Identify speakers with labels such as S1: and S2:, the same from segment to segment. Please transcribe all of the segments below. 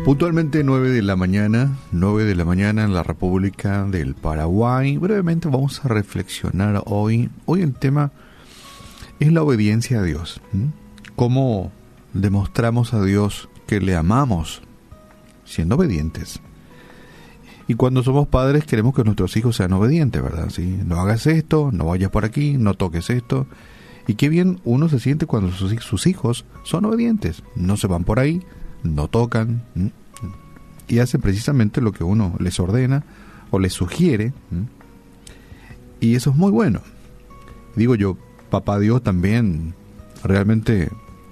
S1: Puntualmente 9 de la mañana en la República del Paraguay. Brevemente vamos a reflexionar hoy. Hoy el tema es la obediencia a Dios. ¿Cómo demostramos a Dios que le amamos? Siendo obedientes. Y cuando somos padres queremos que nuestros hijos sean obedientes, ¿verdad? ¿Sí? No hagas esto, no vayas por aquí, no toques esto. Y qué bien uno se siente cuando sus hijos son obedientes. No se van por ahí, no tocan, y hacen precisamente lo que uno les ordena o les sugiere, y eso es muy bueno. Digo yo, Papá Dios también realmente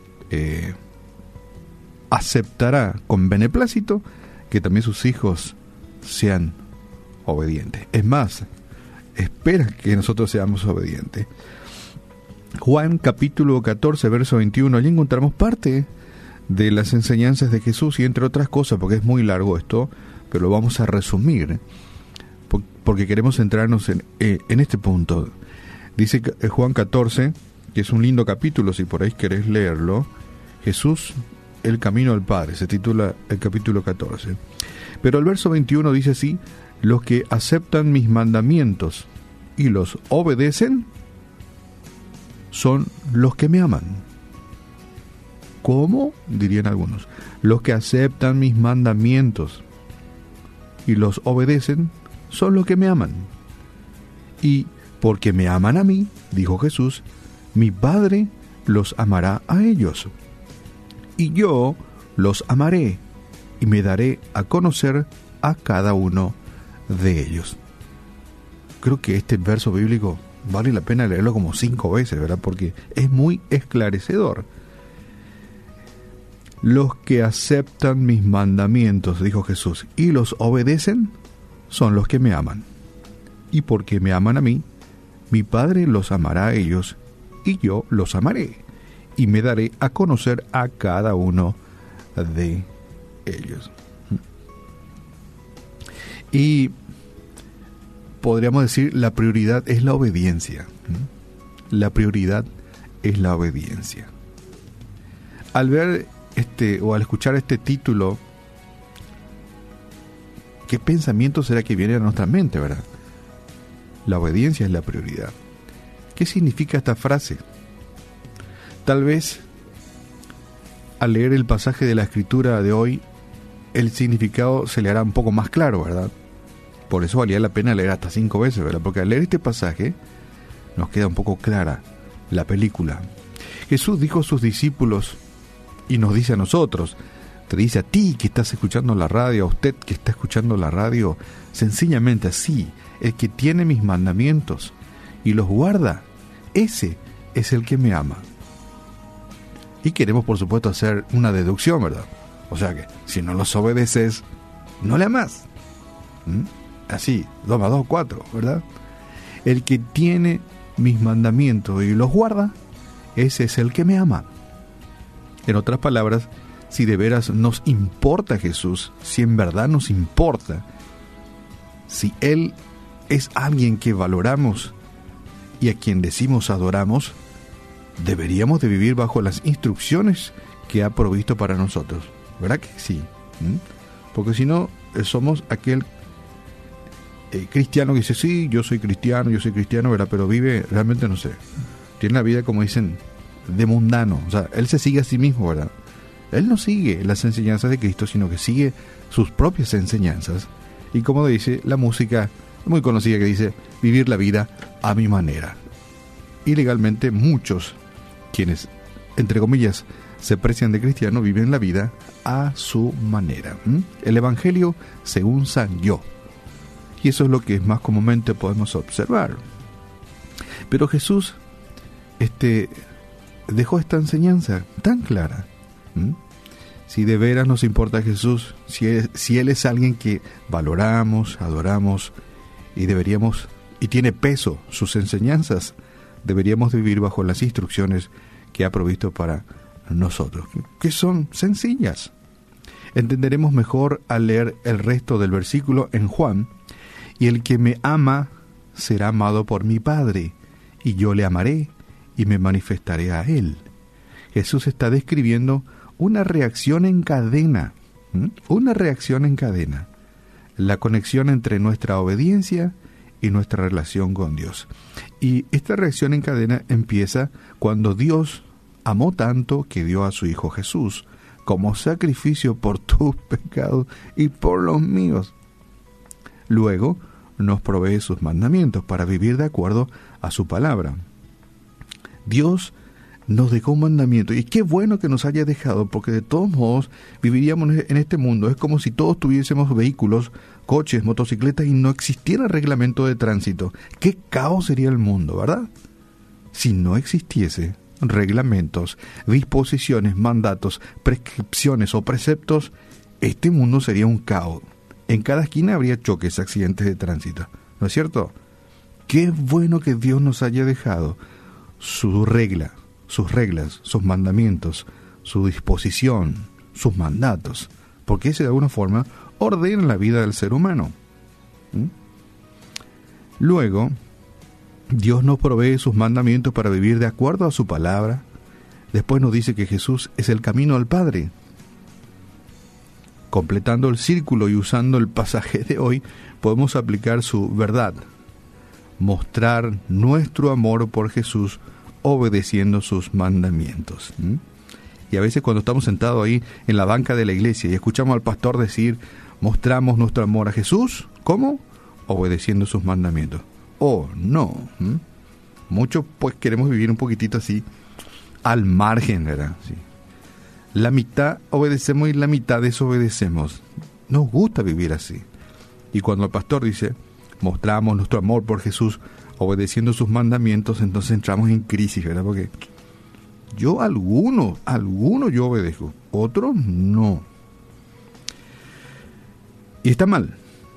S1: aceptará con beneplácito que también sus hijos sean obedientes. Es más, espera que nosotros seamos obedientes. Juan capítulo 14, verso 21, allí encontramos parte de las enseñanzas de Jesús y entre otras cosas, porque es muy largo esto, pero lo vamos a resumir, porque queremos centrarnos en este punto. Dice Juan 14, que es un lindo capítulo, si por ahí querés leerlo, Jesús, el camino al Padre, se titula el capítulo 14. Pero el verso 21 dice así: los que aceptan mis mandamientos y los obedecen son los que me aman. ¿Cómo? Dirían algunos. Los que aceptan mis mandamientos y los obedecen son los que me aman. Y porque me aman a mí, dijo Jesús, mi Padre los amará a ellos. Y yo los amaré y me daré a conocer a cada uno de ellos. Creo que este verso bíblico vale la pena leerlo como 5 veces, ¿verdad? Porque es muy esclarecedor. Los que aceptan mis mandamientos, dijo Jesús, y los obedecen, son los que me aman. Y porque me aman a mí, mi Padre los amará a ellos, y yo los amaré, y me daré a conocer a cada uno de ellos. Y podríamos decir, la prioridad es la obediencia. La prioridad es la obediencia. Al ver o al escuchar este título, ¿qué pensamiento será que viene a nuestra mente, verdad? La obediencia es la prioridad. ¿Qué significa esta frase? Tal vez, al leer el pasaje de la Escritura de hoy, el significado se le hará un poco más claro, ¿verdad? Por eso valía la pena leer hasta 5 veces, ¿verdad? Porque al leer este pasaje nos queda un poco clara la película. Jesús dijo a sus discípulos y nos dice a nosotros, te dice a ti que estás escuchando la radio, a usted que está escuchando la radio, sencillamente así: el que tiene mis mandamientos y los guarda, ese es el que me ama. Y queremos, por supuesto, hacer una deducción, ¿verdad? O sea que si no los obedeces, no le amas. Así, 2 más 2, 4, ¿verdad? El que tiene mis mandamientos y los guarda, ese es el que me ama. En otras palabras, si de veras nos importa Jesús, si en verdad nos importa, si Él es alguien que valoramos y a quien decimos adoramos, deberíamos de vivir bajo las instrucciones que ha provisto para nosotros. ¿Verdad que sí? Porque si no, somos aquel cristiano que dice, sí, yo soy cristiano, ¿verdad? Pero vive, realmente no sé, tiene la vida, como dicen, de mundano. O sea, él se sigue a sí mismo, ¿verdad? Él no sigue las enseñanzas de Cristo, sino que sigue sus propias enseñanzas. Y como dice la música muy conocida que dice, vivir la vida a mi manera. Y legalmente muchos, quienes, entre comillas, se precian de cristiano, viven la vida a su manera. El Evangelio según San Yo. Y eso es lo que más comúnmente podemos observar. Pero Jesús dejó esta enseñanza tan clara. Si de veras nos importa Jesús, si Él es alguien que valoramos, adoramos y deberíamos, y tiene peso sus enseñanzas, deberíamos vivir bajo las instrucciones que ha provisto para nosotros, que son sencillas. Entenderemos mejor al leer el resto del versículo en Juan: y el que me ama será amado por mi Padre, y yo le amaré y me manifestaré a él. Jesús está describiendo una reacción en cadena Una reacción en cadena. La conexión entre nuestra obediencia y nuestra relación con Dios. Y esta reacción en cadena empieza cuando Dios amó tanto que dio a su Hijo Jesús como sacrificio por tus pecados y por los míos. Luego nos provee sus mandamientos para vivir de acuerdo a su palabra. Dios nos dejó un mandamiento, y qué bueno que nos haya dejado, porque de todos modos viviríamos en este mundo. Es como si todos tuviésemos vehículos, coches, motocicletas, y no existiera reglamento de tránsito. Qué caos sería el mundo, ¿verdad? Si no existiese reglamentos, disposiciones, mandatos, prescripciones o preceptos, este mundo sería un caos. En cada esquina habría choques, accidentes de tránsito, ¿no es cierto? Qué bueno que Dios nos haya dejado sus reglas, sus mandamientos, su disposición, sus mandatos, porque ese de alguna forma ordena la vida del ser humano. Luego, Dios nos provee sus mandamientos para vivir de acuerdo a su palabra. Después nos dice que Jesús es el camino al Padre. Completando el círculo y usando el pasaje de hoy, podemos aplicar su verdad, mostrar nuestro amor por Jesús obedeciendo sus mandamientos. Y a veces cuando estamos sentados ahí en la banca de la iglesia y escuchamos al pastor decir, mostramos nuestro amor a Jesús, ¿cómo? Obedeciendo sus mandamientos. Oh, no. Muchos pues queremos vivir un poquitito así, al margen, ¿verdad? Sí. La mitad obedecemos y la mitad desobedecemos. Nos gusta vivir así. Y cuando el pastor dice, mostramos nuestro amor por Jesús obedeciendo sus mandamientos, entonces entramos en crisis, ¿verdad? Porque yo algunos yo obedezco, otros no. Y está mal.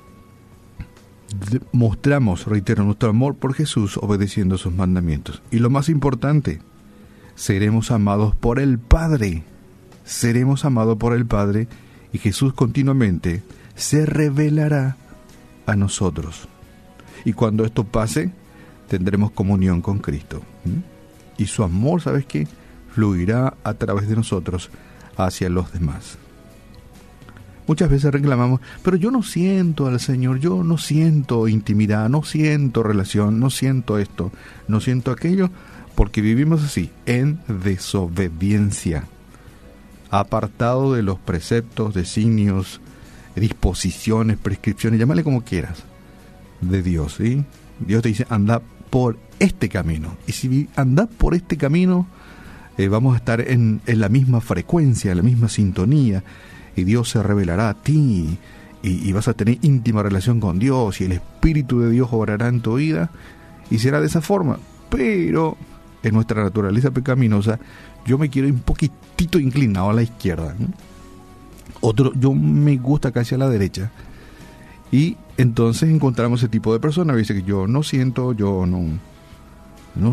S1: Mostramos, reitero, nuestro amor por Jesús obedeciendo sus mandamientos. Y lo más importante, seremos amados por el Padre. Seremos amados por el Padre, y Jesús continuamente se revelará a nosotros. Y cuando esto pase, tendremos comunión con Cristo. Y su amor, ¿sabes qué? Fluirá a través de nosotros hacia los demás. Muchas veces reclamamos, pero yo no siento al Señor, yo no siento intimidad, no siento relación, no siento esto, no siento aquello, porque vivimos así, en desobediencia, apartado de los preceptos, designios, disposiciones, prescripciones, llámale como quieras, de Dios, ¿sí? Dios te dice, anda por este camino. Y si andás por este camino, vamos a estar en la misma frecuencia, en la misma sintonía, y Dios se revelará a ti, y vas a tener íntima relación con Dios, y el Espíritu de Dios obrará en tu vida, y será de esa forma. Pero en nuestra naturaleza pecaminosa, yo me quiero un poquitito inclinado a la izquierda, ¿no? Yo me gusta casi a la derecha. Y entonces encontramos ese tipo de personas. Dice que yo no siento, me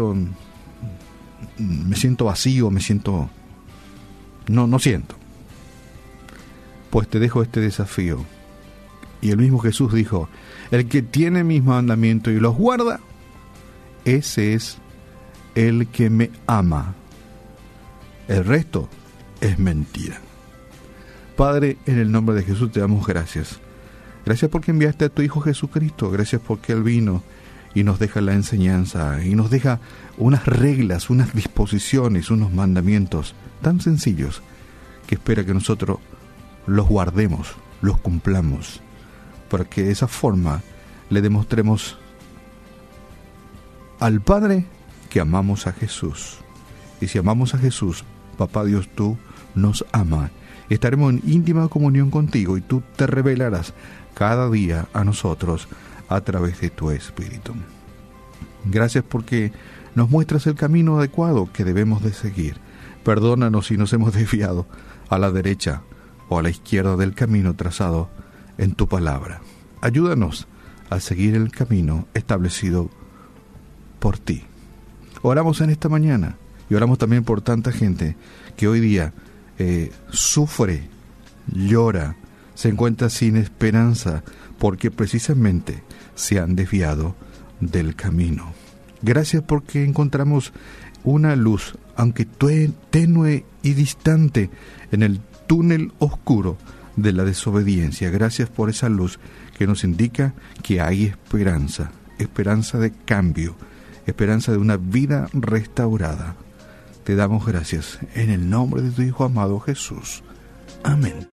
S1: siento vacío, no siento. Pues te dejo este desafío. Y el mismo Jesús dijo, el que tiene mis mandamientos y los guarda, ese es el que me ama. El resto es mentira. Padre, en el nombre de Jesús te damos gracias. Gracias porque enviaste a tu Hijo Jesucristo. Gracias porque Él vino y nos deja la enseñanza y nos deja unas reglas, unas disposiciones, unos mandamientos tan sencillos que espera que nosotros los guardemos, los cumplamos, para que de esa forma le demostremos al Padre que amamos a Jesús. Y si amamos a Jesús, Papá Dios, tú nos amas. Estaremos en íntima comunión contigo y tú te revelarás cada día a nosotros a través de tu Espíritu. Gracias porque nos muestras el camino adecuado que debemos de seguir. Perdónanos si nos hemos desviado a la derecha o a la izquierda del camino trazado en tu palabra. Ayúdanos a seguir el camino establecido por ti. Oramos en esta mañana y oramos también por tanta gente que hoy día sufre, llora, se encuentra sin esperanza porque precisamente se han desviado del camino. Gracias porque encontramos una luz, aunque tenue y distante, en el túnel oscuro de la desobediencia. Gracias por esa luz que nos indica que hay esperanza, esperanza de cambio, esperanza de una vida restaurada. Te damos gracias en el nombre de tu Hijo amado Jesús. Amén.